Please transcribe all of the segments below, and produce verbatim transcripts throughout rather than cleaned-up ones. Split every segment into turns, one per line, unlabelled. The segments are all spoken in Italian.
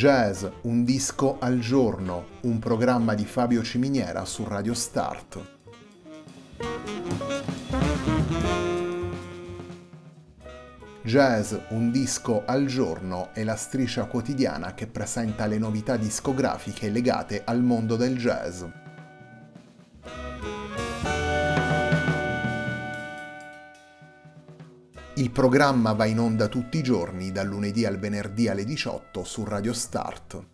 Jazz, un disco al giorno, un programma di Fabio Ciminiera su Radio Start. Jazz, un disco al giorno è la striscia quotidiana che presenta le novità discografiche legate al mondo del jazz. Il programma va in onda tutti i giorni, dal lunedì al venerdì alle diciotto su Radio Start.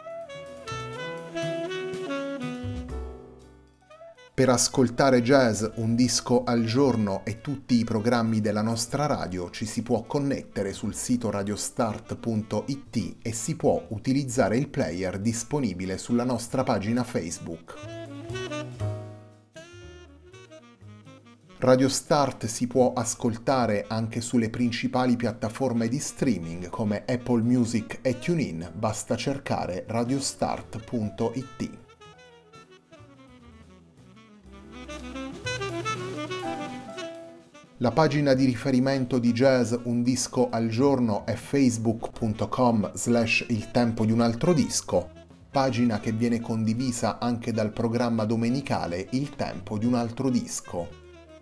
Per ascoltare Jazz, un disco al giorno e tutti i programmi della nostra radio ci si può connettere sul sito radiostart punto it e si può utilizzare il player disponibile sulla nostra pagina Facebook. Radio Start si può ascoltare anche sulle principali piattaforme di streaming come Apple Music e TuneIn, basta cercare radiostart punto it. La pagina di riferimento di Jazz Un Disco al Giorno è facebook punto com slash il tempo di un altro disco, pagina che viene condivisa anche dal programma domenicale Il tempo di un altro disco.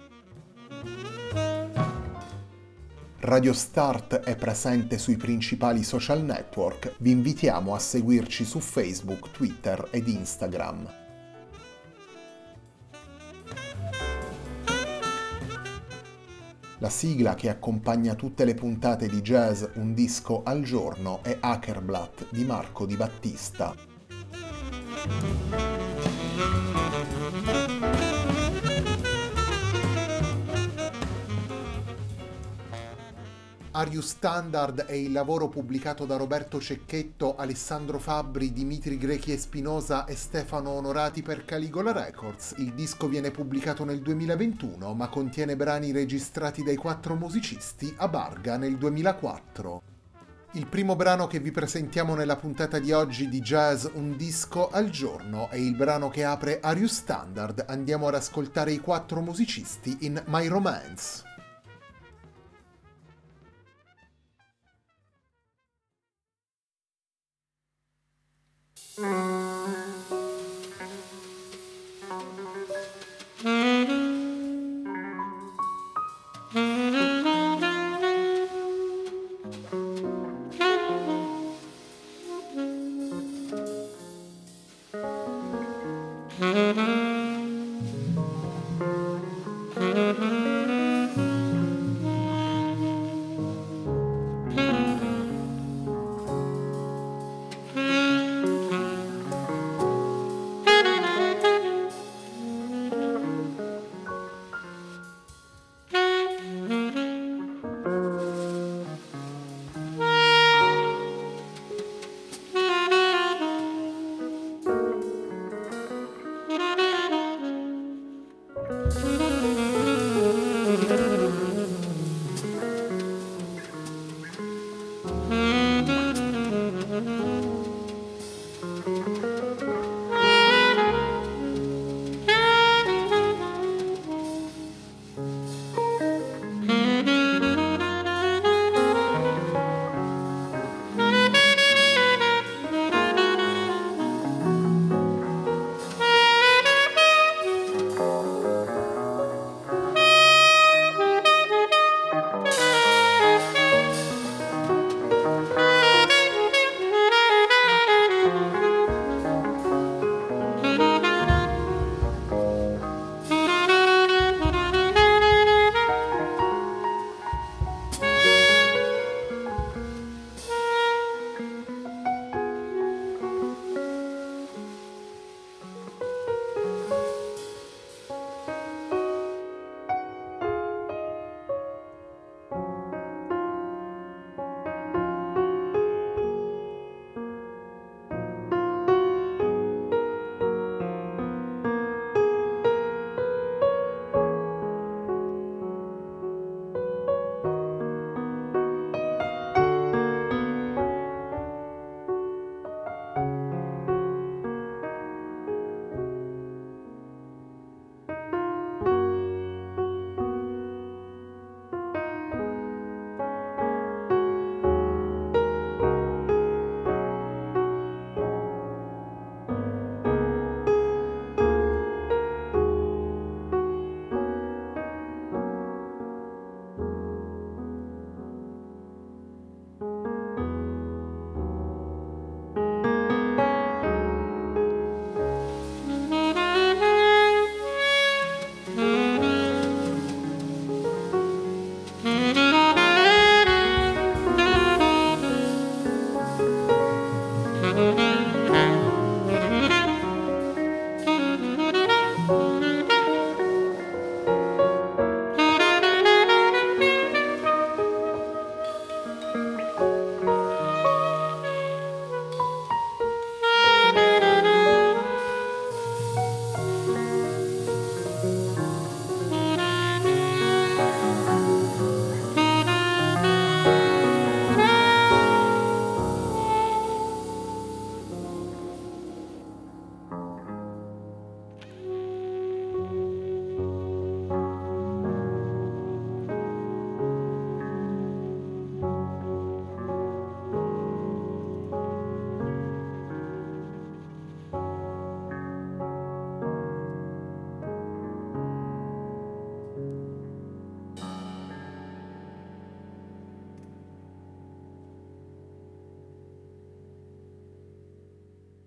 Radio Start è presente sui principali social network, vi invitiamo a seguirci su Facebook, Twitter ed Instagram. La sigla che accompagna tutte le puntate di Jazz Un Disco al Giorno è Hackerblatt di Marco Di Battista. Are You Standard è il lavoro pubblicato da Roberto Cecchetto, Alessandro Fabbri, Dimitri Grechi e Spinosa e Stefano Onorati per Caligola Records. Il disco viene pubblicato nel duemilaventuno, ma contiene brani registrati dai quattro musicisti a Barga nel duemilaquattro. Il primo brano che vi presentiamo nella puntata di oggi di Jazz Un Disco al Giorno è il brano che apre Are You Standard. Andiamo ad ascoltare i quattro musicisti in My Romance.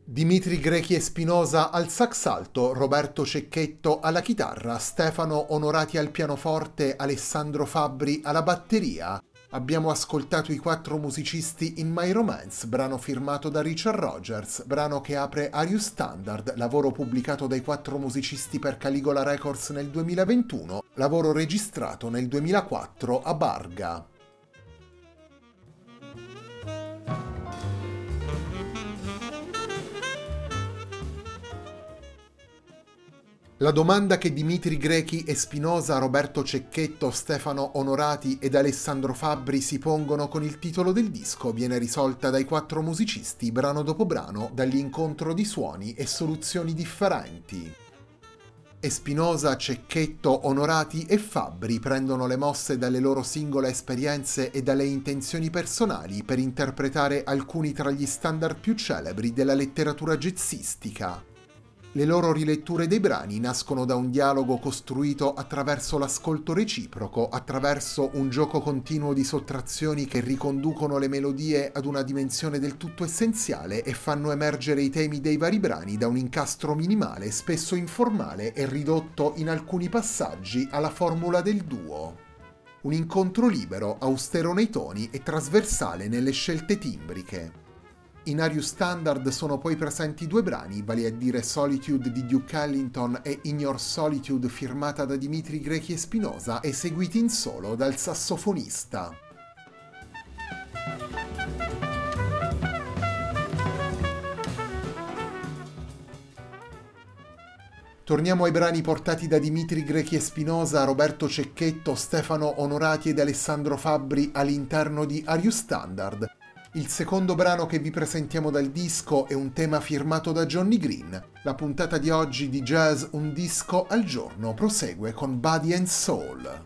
Dimitri Grechi e Spinosa al sax alto, Roberto Cecchetto alla chitarra, Stefano Onorati al pianoforte, Alessandro Fabbri alla batteria. Abbiamo ascoltato i quattro musicisti in My Romance, brano firmato da Richard Rogers, brano che apre Are You Standard, lavoro pubblicato dai quattro musicisti per Caligola Records nel duemilaventuno, lavoro registrato nel duemilaquattro a Barga. La domanda che Dimitri Grechi e Spinosa, Roberto Cecchetto, Stefano Onorati ed Alessandro Fabbri si pongono con il titolo del disco viene risolta dai quattro musicisti brano dopo brano dall'incontro di suoni e soluzioni differenti. E Spinosa, Cecchetto, Onorati e Fabbri prendono le mosse dalle loro singole esperienze e dalle intenzioni personali per interpretare alcuni tra gli standard più celebri della letteratura jazzistica. Le loro riletture dei brani nascono da un dialogo costruito attraverso l'ascolto reciproco, attraverso un gioco continuo di sottrazioni che riconducono le melodie ad una dimensione del tutto essenziale e fanno emergere i temi dei vari brani da un incastro minimale, spesso informale e ridotto in alcuni passaggi alla formula del duo. Un incontro libero, austero nei toni e trasversale nelle scelte timbriche. In Are You Standard sono poi presenti due brani, vale a dire Solitude di Duke Ellington e In Your Solitude firmata da Dimitri Grechi e Spinosa, eseguiti in solo dal sassofonista. Torniamo ai brani portati da Dimitri Grechi e Spinosa, Roberto Cecchetto, Stefano Onorati ed Alessandro Fabbri all'interno di Are You Standard. Il secondo brano che vi presentiamo dal disco è un tema firmato da Johnny Green. La puntata di oggi di Jazz Un Disco al Giorno prosegue con Body and Soul.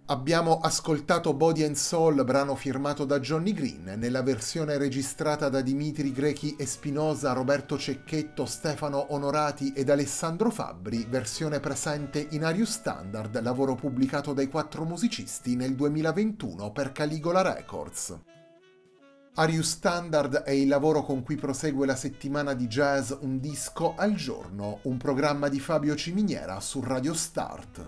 Abbiamo ascoltato Body and Soul, brano firmato da Johnny Green, nella versione registrata da Dimitri Grechi e Spinosa, Roberto Cecchetto, Stefano Onorati ed Alessandro Fabbri, versione presente in Are You Standard, lavoro pubblicato dai quattro musicisti nel duemilaventuno per Caligola Records. Are You Standard è il lavoro con cui prosegue la settimana di jazz Un disco al giorno, un programma di Fabio Ciminiera su Radio Start.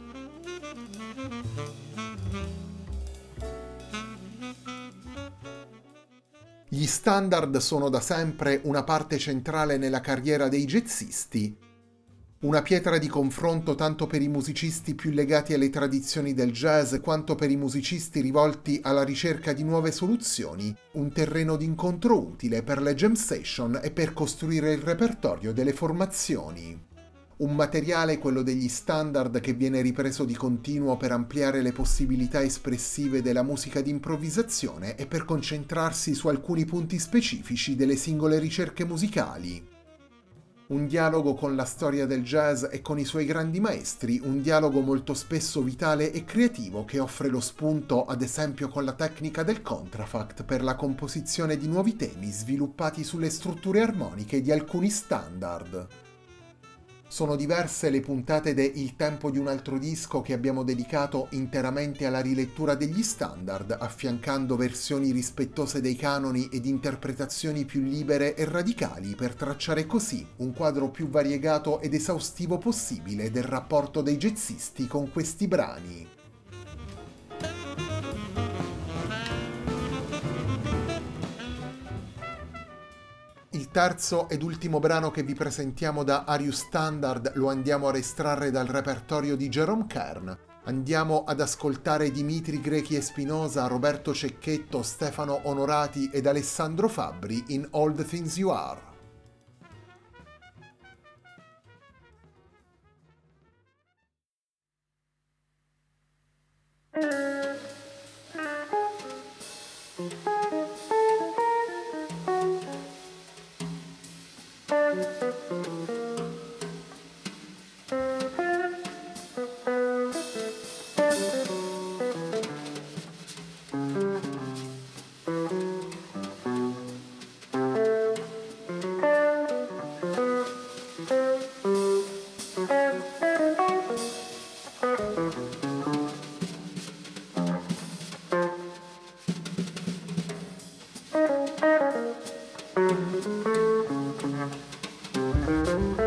Gli standard sono da sempre una parte centrale nella carriera dei jazzisti, una pietra di confronto tanto per i musicisti più legati alle tradizioni del jazz quanto per i musicisti rivolti alla ricerca di nuove soluzioni, un terreno d'incontro utile per le jam session e per costruire il repertorio delle formazioni. Un materiale, quello degli standard, che viene ripreso di continuo per ampliare le possibilità espressive della musica di improvvisazione e per concentrarsi su alcuni punti specifici delle singole ricerche musicali. Un dialogo con la storia del jazz e con i suoi grandi maestri, un dialogo molto spesso vitale e creativo che offre lo spunto, ad esempio con la tecnica del contrafact, per la composizione di nuovi temi sviluppati sulle strutture armoniche di alcuni standard. Sono diverse le puntate de Il tempo di un altro disco che abbiamo dedicato interamente alla rilettura degli standard, affiancando versioni rispettose dei canoni ed interpretazioni più libere e radicali per tracciare così un quadro più variegato ed esaustivo possibile del rapporto dei jazzisti con questi brani. Il terzo ed ultimo brano che vi presentiamo da Are You Standard lo andiamo a estrarre dal repertorio di Jerome Kern. Andiamo ad ascoltare Dimitri Grechi e Spinosa, Roberto Cecchetto, Stefano Onorati ed Alessandro Fabbri in All the Things You Are. Thank you.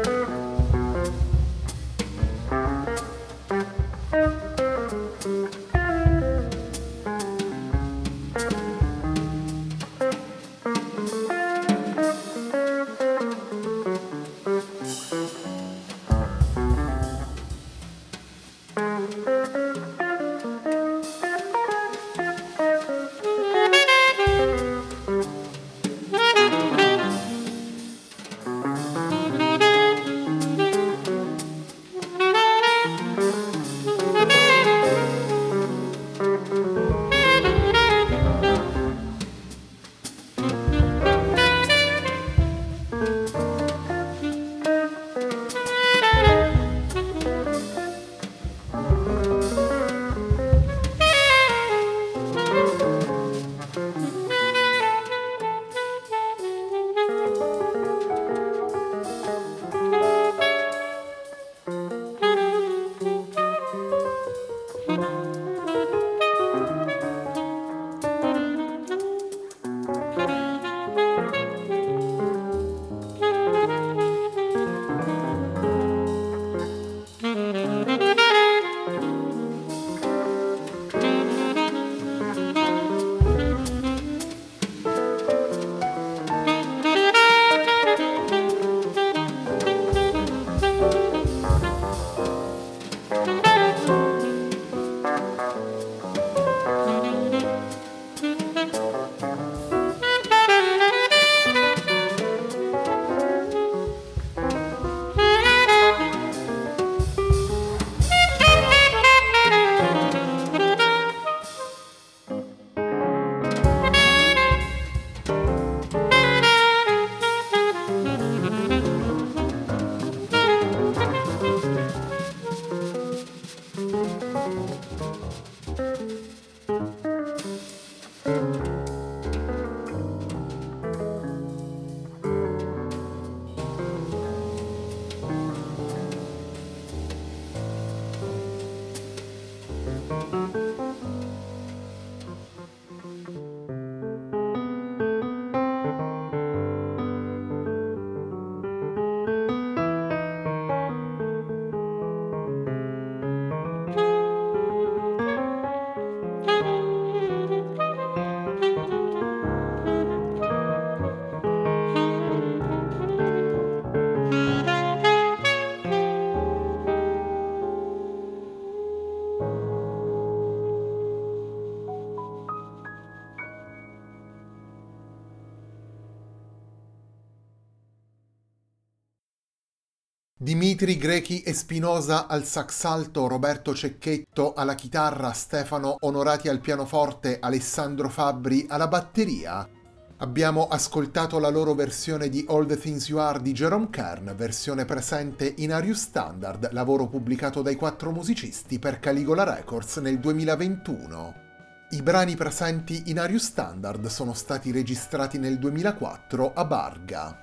Dimitri Grechi e Spinosa al sax alto, Roberto Cecchetto alla chitarra, Stefano Onorati al pianoforte, Alessandro Fabbri alla batteria. Abbiamo ascoltato la loro versione di All the Things You Are di Jerome Kern, versione presente in Are You Standard, lavoro pubblicato dai quattro musicisti per Caligola Records nel duemilaventuno. I brani presenti in Are You Standard sono stati registrati nel duemilaquattro a Barga.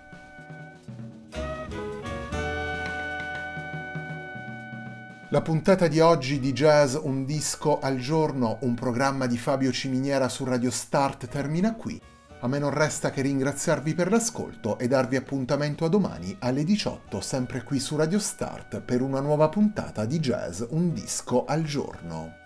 La puntata di oggi di Jazz Un Disco al Giorno, un programma di Fabio Ciminiera su Radio Start, termina qui. A me non resta che ringraziarvi per l'ascolto e darvi appuntamento a domani alle diciotto, sempre qui su Radio Start, per una nuova puntata di Jazz Un Disco al Giorno.